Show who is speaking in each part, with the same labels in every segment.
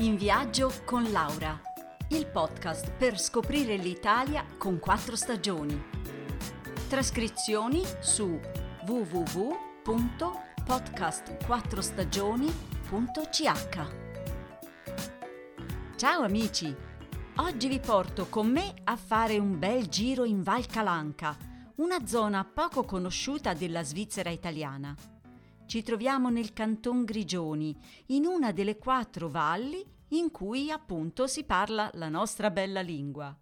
Speaker 1: In viaggio con Laura, il podcast per scoprire l'Italia con 4 stagioni. Trascrizioni su www.podcast4stagioni.ch. Ciao amici! Oggi vi porto con me a fare un bel giro in Val Calanca, una zona poco conosciuta della Svizzera italiana. Ci troviamo nel Canton Grigioni, in una delle 4 valli in cui appunto si parla la nostra bella lingua.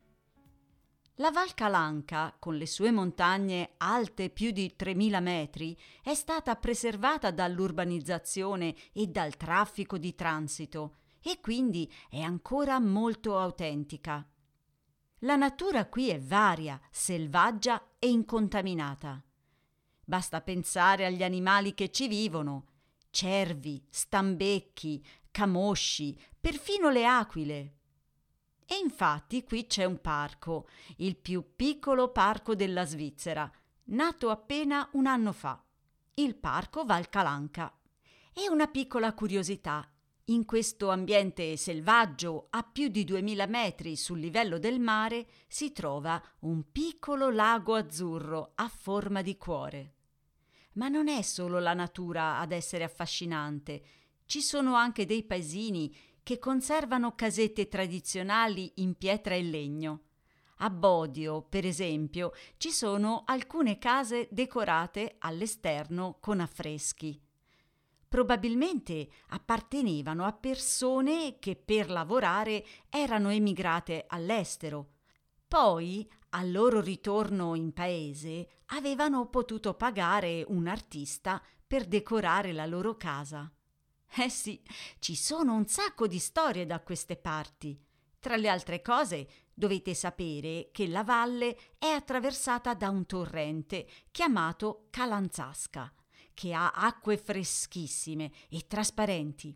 Speaker 1: La Val Calanca, con le sue montagne alte più di 3000 metri, è stata preservata dall'urbanizzazione e dal traffico di transito e quindi è ancora molto autentica. La natura qui è varia, selvaggia e incontaminata. Basta pensare agli animali che ci vivono: cervi, stambecchi, camosci, perfino le aquile. E infatti qui c'è un parco, il più piccolo parco della Svizzera, nato appena un anno fa, il Parco Val Calanca. E una piccola curiosità: in questo ambiente selvaggio a più di 2000 metri sul livello del mare si trova un piccolo lago azzurro a forma di cuore. Ma non è solo la natura ad essere affascinante, ci sono anche dei paesini che conservano casette tradizionali in pietra e legno. A Bodio, per esempio, ci sono alcune case decorate all'esterno con affreschi. Probabilmente appartenevano a persone che per lavorare erano emigrate all'estero. Poi, al loro ritorno in paese, avevano potuto pagare un artista per decorare la loro casa. Eh sì, ci sono un sacco di storie da queste parti. Tra le altre cose, dovete sapere che la valle è attraversata da un torrente chiamato Calanzasca, che ha acque freschissime e trasparenti.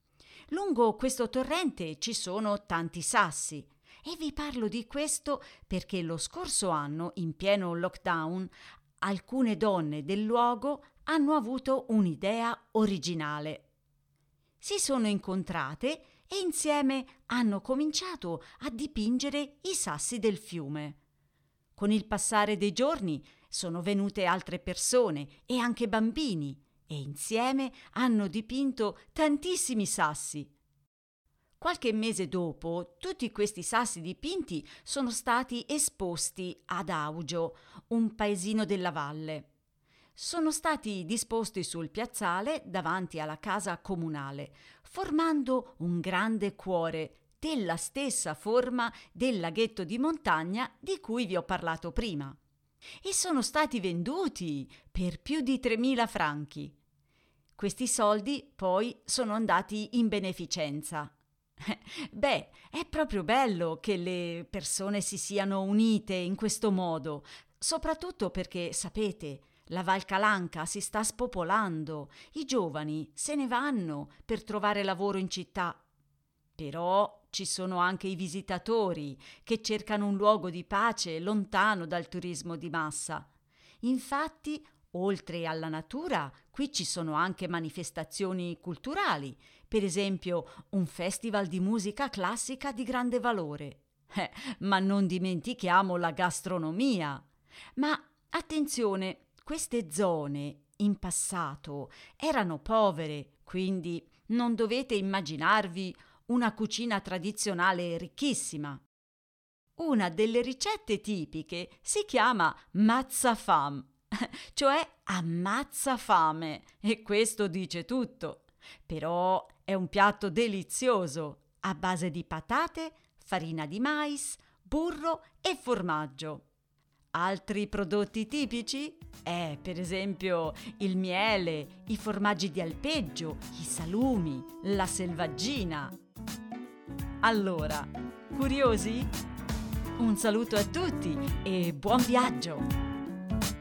Speaker 1: Lungo questo torrente ci sono tanti sassi. E vi parlo di questo perché lo scorso anno, in pieno lockdown, alcune donne del luogo hanno avuto un'idea originale. Si sono incontrate e insieme hanno cominciato a dipingere i sassi del fiume. Con il passare dei giorni sono venute altre persone e anche bambini e insieme hanno dipinto tantissimi sassi. Qualche mese dopo, tutti questi sassi dipinti sono stati esposti ad Augio, un paesino della valle. Sono stati disposti sul piazzale davanti alla casa comunale, formando un grande cuore della stessa forma del laghetto di montagna di cui vi ho parlato prima. E sono stati venduti per più di 3.000 franchi. Questi soldi poi sono andati in beneficenza. Beh, è proprio bello che le persone si siano unite in questo modo, soprattutto perché, sapete, la Val Calanca si sta spopolando, i giovani se ne vanno per trovare lavoro in città. Però ci sono anche i visitatori che cercano un luogo di pace lontano dal turismo di massa. Infatti, oltre alla natura, qui ci sono anche manifestazioni culturali, per esempio un festival di musica classica di grande valore. Ma non dimentichiamo la gastronomia. Ma attenzione, queste zone in passato erano povere, quindi non dovete immaginarvi una cucina tradizionale ricchissima. Una delle ricette tipiche si chiama mazzafam, cioè ammazza fame, e questo dice tutto. Però è un piatto delizioso, a base di patate, farina di mais, burro e formaggio. Altri prodotti tipici? Per esempio il miele, i formaggi di alpeggio, i salumi, la selvaggina. Allora, curiosi? Un saluto a tutti e buon viaggio!